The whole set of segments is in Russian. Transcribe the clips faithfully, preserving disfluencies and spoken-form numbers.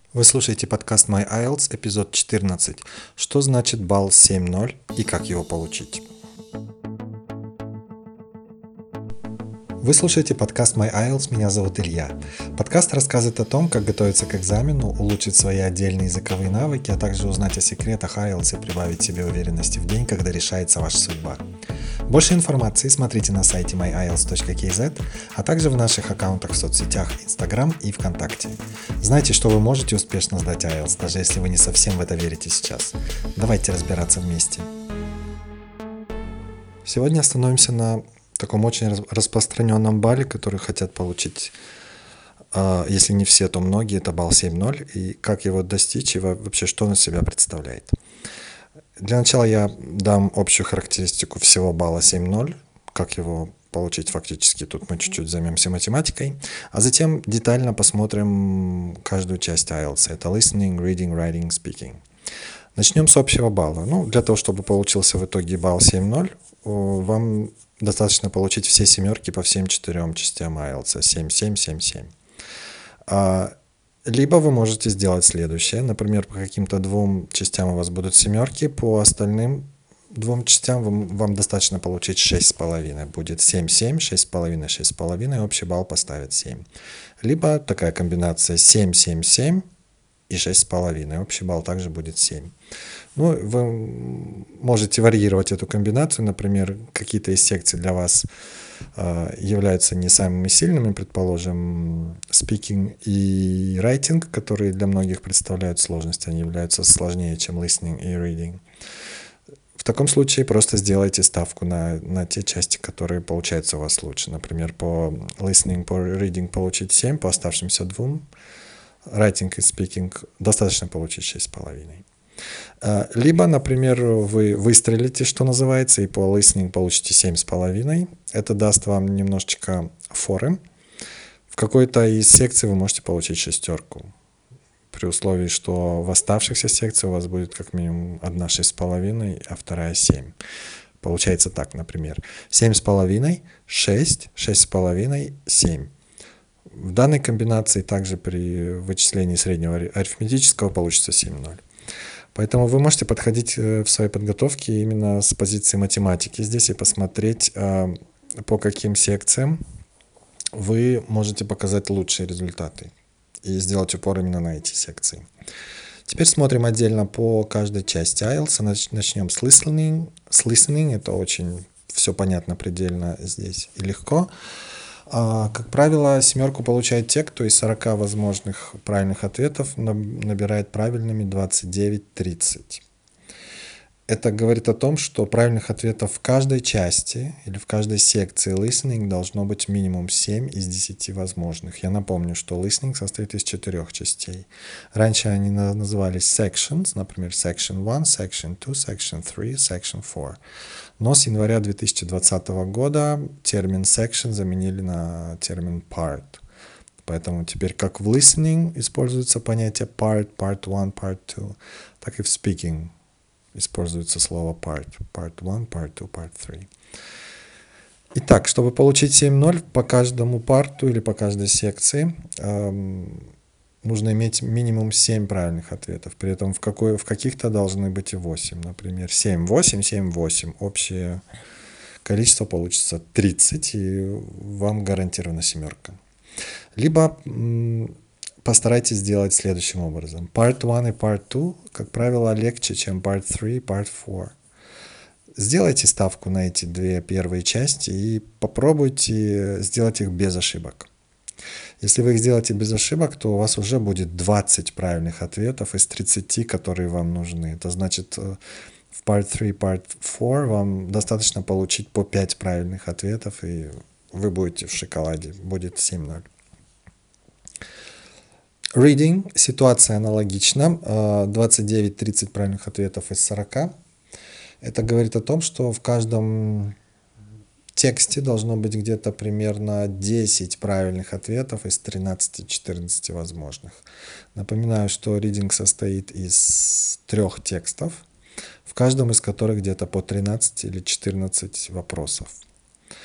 Вы слушаете подкаст My ай эл ти эс, эпизод четырнадцать. Что значит балл семь ноль и как его получить? Вы слушаете подкаст My ай эл ти эс, меня зовут Илья. Подкаст рассказывает о том, как готовиться к экзамену, улучшить свои отдельные языковые навыки, а также узнать о секретах ай эл ти эс и прибавить себе уверенности в день, когда решается ваша судьба. Больше информации смотрите на сайте my i e l t s точка k z, а также в наших аккаунтах в соцсетях Instagram и ВКонтакте. Знайте, что вы можете успешно сдать ай эл ти эс, даже если вы не совсем в это верите сейчас. Давайте разбираться вместе. Сегодня остановимся на таком очень распространенном балле, который хотят получить, если не все, то многие, это балл семь ноль, и как его достичь, и вообще что он из себя представляет. Для начала я дам общую характеристику всего балла семь ноль, как его получить фактически, тут мы чуть-чуть займемся математикой, а затем детально посмотрим каждую часть ай эл ти эс, это listening, reading, writing, speaking. Начнем с общего балла. Ну, для того, чтобы получился в итоге балл семь ноль, вам достаточно получить все семерки по всем четырем частям ай эл ти эс, семь семь, семь семь. Либо вы можете сделать следующее. Например, по каким-то двум частям у вас будут семерки, по остальным двум частям вам, вам достаточно получить шесть с половиной. Будет семь семь, шесть с половиной, шесть с половиной, общий балл поставит семь. Либо такая комбинация семь семь семь и шесть с половиной, общий балл также будет семь. Ну, вы можете варьировать эту комбинацию. Например, какие-то из секций для вас являются не самыми сильными, предположим, speaking и writing, которые для многих представляют сложность, они являются сложнее, чем listening и reading. В таком случае просто сделайте ставку на, на те части, которые получаются у вас лучше. Например, по listening, по reading получить семь, по оставшимся двум, writing и speaking достаточно получить шесть с половиной. Либо, например, вы выстрелите, что называется, и по listening получите семь с половиной. Это даст вам немножечко форы. В какой-то из секций вы можете получить шестерку. При условии, что в оставшихся секциях у вас будет как минимум одна шесть с половиной, а вторая семь. Получается так, например, семь с половиной, шесть, шесть с половиной, семь. В данной комбинации также при вычислении среднего арифметического получится семь ноль. Поэтому вы можете подходить в своей подготовке именно с позиции математики здесь и посмотреть, по каким секциям вы можете показать лучшие результаты и сделать упор именно на эти секции. Теперь смотрим отдельно по каждой части ай эл ти эс. Начнем с listening. С listening это очень все понятно предельно здесь и легко. Как правило, семерку получают те, кто из сорока возможных правильных ответов набирает правильными двадцать девять тридцать. Это говорит о том, что правильных ответов в каждой части или в каждой секции listening должно быть минимум семь из десяти возможных. Я напомню, что listening состоит из четырех частей. Раньше они назывались sections, например, section one, section two, section three, section four. Но с января две тысячи двадцатого года термин section заменили на термин part. Поэтому теперь как в listening используется понятие part, part one, part two, так и в speaking используется слово part. part one, part two, part three. Итак, чтобы получить семь ноль по каждому парту или по каждой секции, эм, нужно иметь минимум семь правильных ответов. При этом в, какой, в каких-то должны быть и восемь. Например, семь восемь, семь восемь. Общее количество получится тридцать, и вам гарантирована семерка. Либо м, постарайтесь сделать следующим образом. Part one и Part two, как правило, легче, чем Part three и Part four. Сделайте ставку на эти две первые части и попробуйте сделать их без ошибок. Если вы их сделаете без ошибок, то у вас уже будет двадцать правильных ответов из тридцати, которые вам нужны. Это значит, в Part three и Part four вам достаточно получить по пять правильных ответов, и вы будете в шоколаде. Будет семь ноль. Reading. Ситуация аналогична. двадцать девять тридцать правильных ответов из сорока. Это говорит о том, что в каждом тексте должно быть где-то примерно десять правильных ответов из тринадцати-четырнадцати возможных. Напоминаю, что reading состоит из трех текстов, в каждом из которых где-то по тринадцать или четырнадцать вопросов.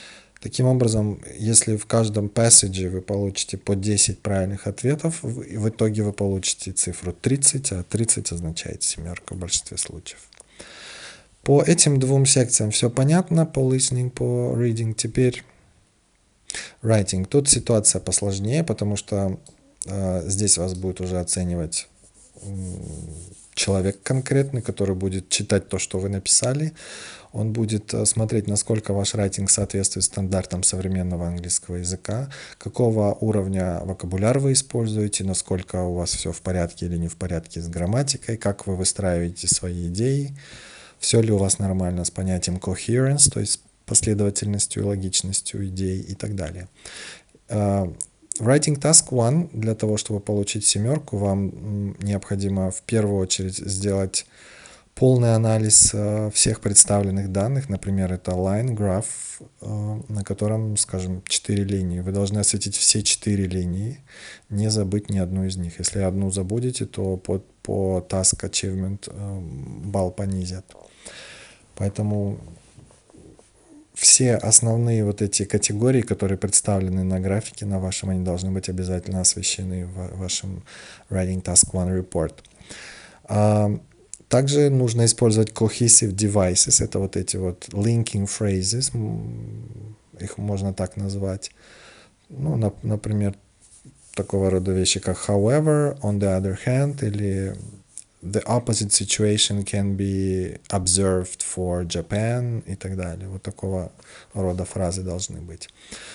Таким образом, если в каждом passage вы получите по десять правильных ответов, в итоге вы получите цифру тридцать, а тридцать означает семерка в большинстве случаев. По этим двум секциям все понятно, по listening, по reading. Теперь writing. Тут ситуация посложнее, потому что э, здесь вас будет уже оценивать э, человек конкретный, который будет читать то, что вы написали. Он будет смотреть, насколько ваш райтинг соответствует стандартам современного английского языка, какого уровня вокабуляр вы используете, насколько у вас все в порядке или не в порядке с грамматикой, как вы выстраиваете свои идеи, все ли у вас нормально с понятием coherence, то есть последовательностью и логичностью идей и так далее. Writing Task один, для того, чтобы получить семерку, вам необходимо в первую очередь сделать полный анализ э, всех представленных данных. Например, это line graph, э, на котором, скажем, четыре линии. Вы должны осветить все четыре линии, не забыть ни одну из них. Если одну забудете, то по, по Task Achievement э, балл понизят. Поэтому все основные вот эти категории, которые представлены на графике на вашем, они должны быть обязательно освещены в вашем Writing Task один Report. А, Также нужно использовать cohesive devices, это вот эти вот linking phrases, их можно так назвать. Ну, на, например, такого рода вещи, как however, on the other hand, или the opposite situation can be observed for Japan и так далее. Вот такого рода фразы должны быть.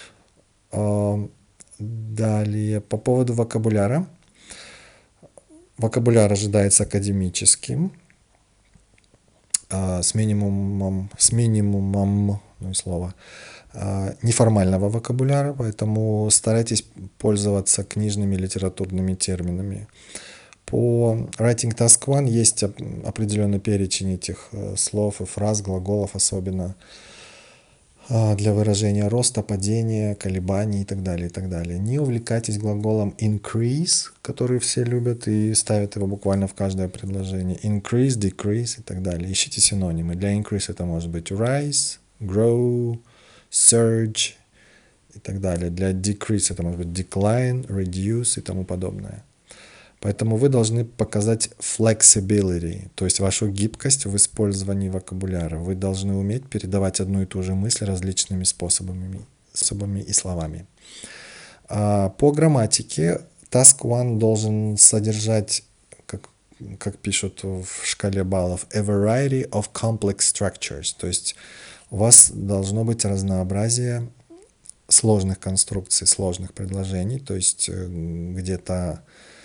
Далее, по поводу вокабуляра. Вокабуляр ожидается академическим, с минимумом, с минимумом, ну и слово, неформального вокабуляра, поэтому старайтесь пользоваться книжными литературными терминами. По Writing Task один есть определенный перечень этих слов и фраз, глаголов, особенно для выражения роста, падения, колебаний и так далее, и так далее. Не увлекайтесь глаголом increase, который все любят и ставят его буквально в каждое предложение. Increase, decrease и так далее. Ищите синонимы. Для increase это может быть rise, grow, surge и так далее. Для decrease это может быть decline, reduce и тому подобное. Поэтому вы должны показать flexibility, то есть вашу гибкость в использовании вокабуляра. Вы должны уметь передавать одну и ту же мысль различными способами, способами и словами. По грамматике Task один должен содержать, как, как пишут в шкале баллов, a variety of complex structures, то есть у вас должно быть разнообразие сложных конструкций, сложных предложений, то есть где-то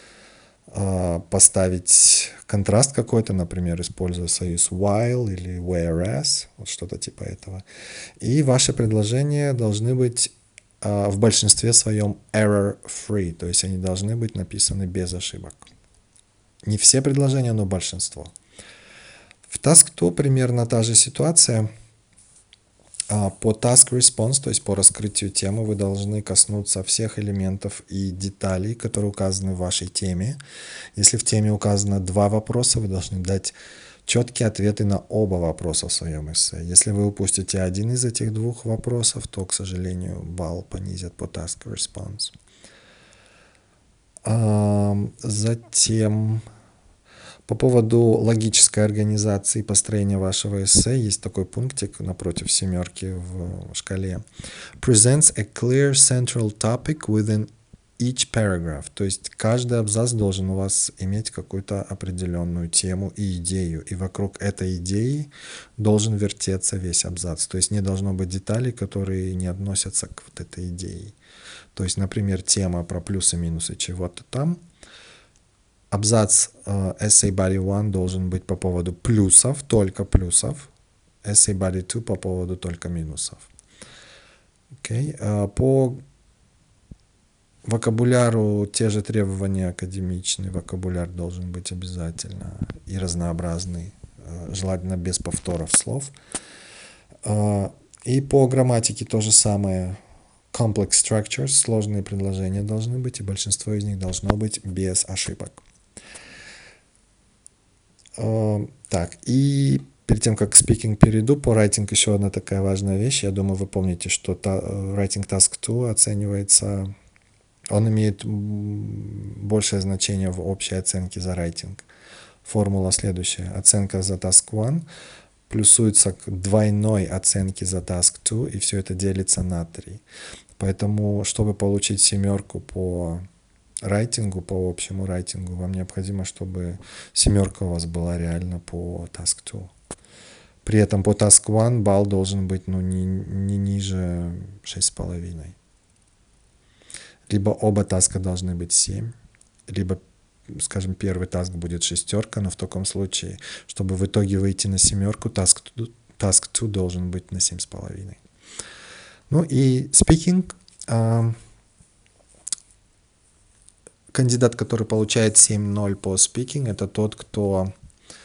поставить контраст какой-то, например, используя союз while или whereas, вот что-то типа этого. И ваши предложения должны быть в большинстве своем error-free, то есть они должны быть написаны без ошибок. Не все предложения, но большинство. В Task два примерно та же ситуация. По task response, то есть по раскрытию темы, вы должны коснуться всех элементов и деталей, которые указаны в вашей теме. Если в теме указано два вопроса, вы должны дать четкие ответы на оба вопроса в своем эссе. Если вы упустите один из этих двух вопросов, то, к сожалению, балл понизят по task response. Затем... По поводу логической организации и построения вашего эссе есть такой пунктик напротив семерки в шкале. Presents a clear central topic within each paragraph. То есть каждый абзац должен у вас иметь какую-то определенную тему и идею. И вокруг этой идеи должен вертеться весь абзац. То есть не должно быть деталей, которые не относятся к вот этой идее. То есть, например, тема про плюсы-минусы чего-то там. Абзац uh, Essay Body один должен быть по поводу плюсов, только плюсов. Essay Body два по поводу только минусов. Okay. Uh, по вокабуляру те же требования академичные. Вокабуляр должен быть обязательно и разнообразный, uh, желательно без повторов слов. Uh, и по грамматике то же самое. Complex structures, сложные предложения должны быть, и большинство из них должно быть без ошибок. Так, и Перед тем, как к speaking перейду, по writing еще одна такая важная вещь. Я думаю, вы помните, что та, writing task два оценивается, он имеет большее значение в общей оценке за writing. Формула следующая. Оценка за task один плюсуется к двойной оценке за task два, и все это делится на три. Поэтому, чтобы получить семерку по райтингу, по общему райтингу, вам необходимо, чтобы семерка у вас была реально по task два. При этом по task один балл должен быть ну, не, не ниже шесть с половиной. Либо оба таска должны быть семь, либо, скажем, первый таск будет шестерка, но в таком случае, чтобы в итоге выйти на семерку, task, task два должен быть на семь с половиной. Ну и speaking. Э, кандидат, который получает семь ноль по speaking, это тот, кто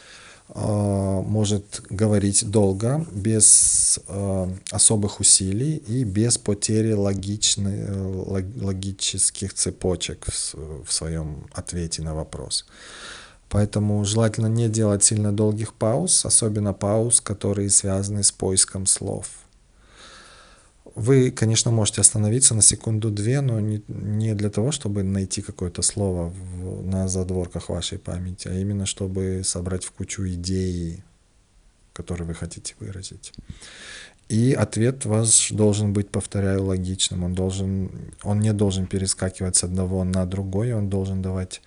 может говорить долго, без э, особых усилий и без потери логичной, логических цепочек в, в своем ответе на вопрос. Поэтому желательно не делать сильно долгих пауз, особенно пауз, которые связаны с поиском слов. Вы, конечно, можете остановиться на секунду-две, но не, не для того, чтобы найти какое-то слово в, на задворках вашей памяти, а именно чтобы собрать в кучу идеи, которые вы хотите выразить. И ответ ваш должен быть, повторяю, логичным. Он, должен, он не должен перескакивать с одного на другой, он должен давать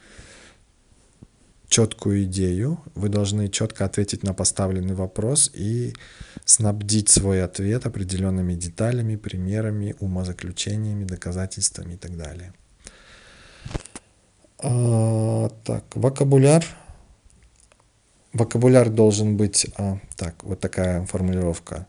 четкую идею. Вы должны четко ответить на поставленный вопрос и снабдить свой ответ определенными деталями, примерами, умозаключениями, доказательствами и так далее. А, так, вокабуляр. Вокабуляр должен быть... А, так, вот такая формулировка.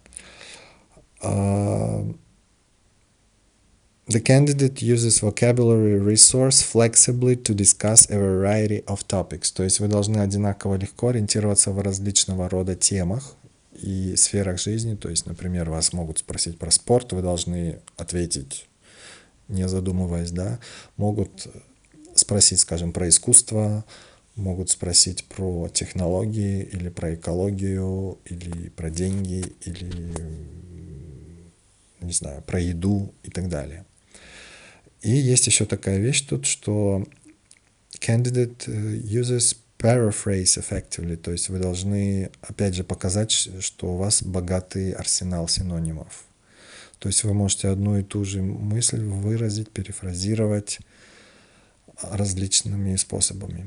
А, The candidate uses vocabulary resource flexibly to discuss a variety of topics. То есть вы должны одинаково легко ориентироваться в различного рода темах и сферах жизни. То есть, например, вас могут спросить про спорт, вы должны ответить, не задумываясь, да. Могут спросить, скажем, про искусство, могут спросить про технологии или про экологию, или про деньги, или, не знаю, про еду и так далее. И есть еще такая вещь тут, что candidate uses paraphrase effectively, то есть вы должны, опять же, показать, что у вас богатый арсенал синонимов. То есть вы можете одну и ту же мысль выразить, перефразировать различными способами.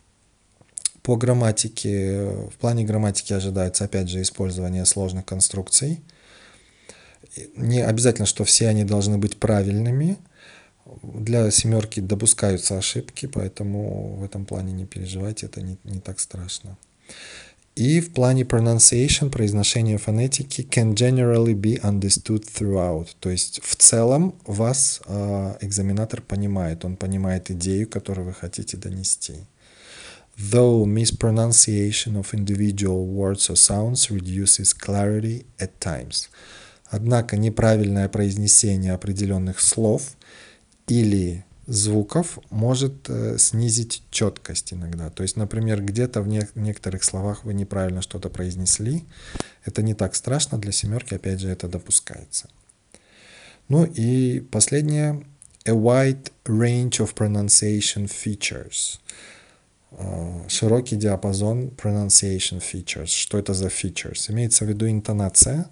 По грамматике, в плане грамматики ожидается, опять же, использование сложных конструкций. Не обязательно, что все они должны быть правильными. Для семерки допускаются ошибки, поэтому в этом плане не переживайте, это не, не так страшно. И в плане pronunciation, произношения фонетики, can generally be understood throughout. То есть в целом вас э, экзаменатор понимает, он понимает идею, которую вы хотите донести. Though mispronunciation of individual words or sounds reduces clarity at times. Однако неправильное произнесение определенных слов или звуков может э, снизить четкость иногда. То есть, например, где-то в не- некоторых словах вы неправильно что-то произнесли. Это не так страшно, для семерки, опять же, это допускается. Ну и последнее. A wide range of pronunciation features. Э, широкий диапазон pronunciation features. Что это за features? Имеется в виду интонация,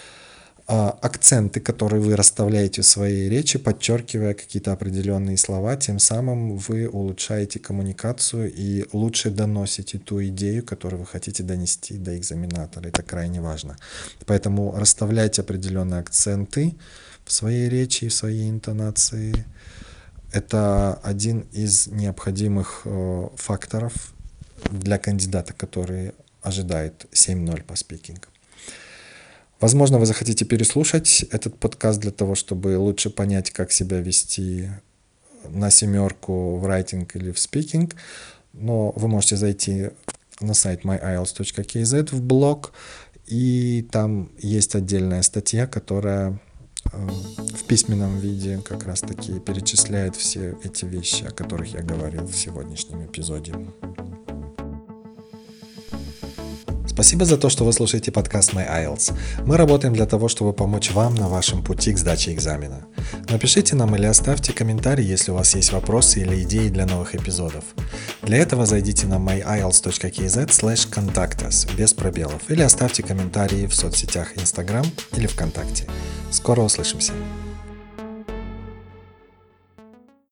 акценты, которые вы расставляете в своей речи, подчеркивая какие-то определенные слова, тем самым вы улучшаете коммуникацию и лучше доносите ту идею, которую вы хотите донести до экзаменатора. Это крайне важно. Поэтому расставляйте определенные акценты в своей речи, в своей интонации. Это один из необходимых э, факторов для кандидата, который ожидает семь ноль по спикингу. Возможно, вы захотите переслушать этот подкаст для того, чтобы лучше понять, как себя вести на семерку в writing или в speaking. Но вы можете зайти на сайт my I E L T S точка кей зет в блог, и там есть отдельная статья, которая э, в письменном виде как раз-таки перечисляет все эти вещи, о которых я говорил в сегодняшнем эпизоде. Спасибо Спасибо за то, что вы слушаете подкаст My ай эл ти эс. Мы работаем для того, чтобы помочь вам на вашем пути к сдаче экзамена. Напишите нам или оставьте комментарий, если у вас есть вопросы или идеи для новых эпизодов. Для этого зайдите на my i e l t s dot k z slash contact us без пробелов или оставьте комментарии в соцсетях Instagram или ВКонтакте. Скоро услышимся!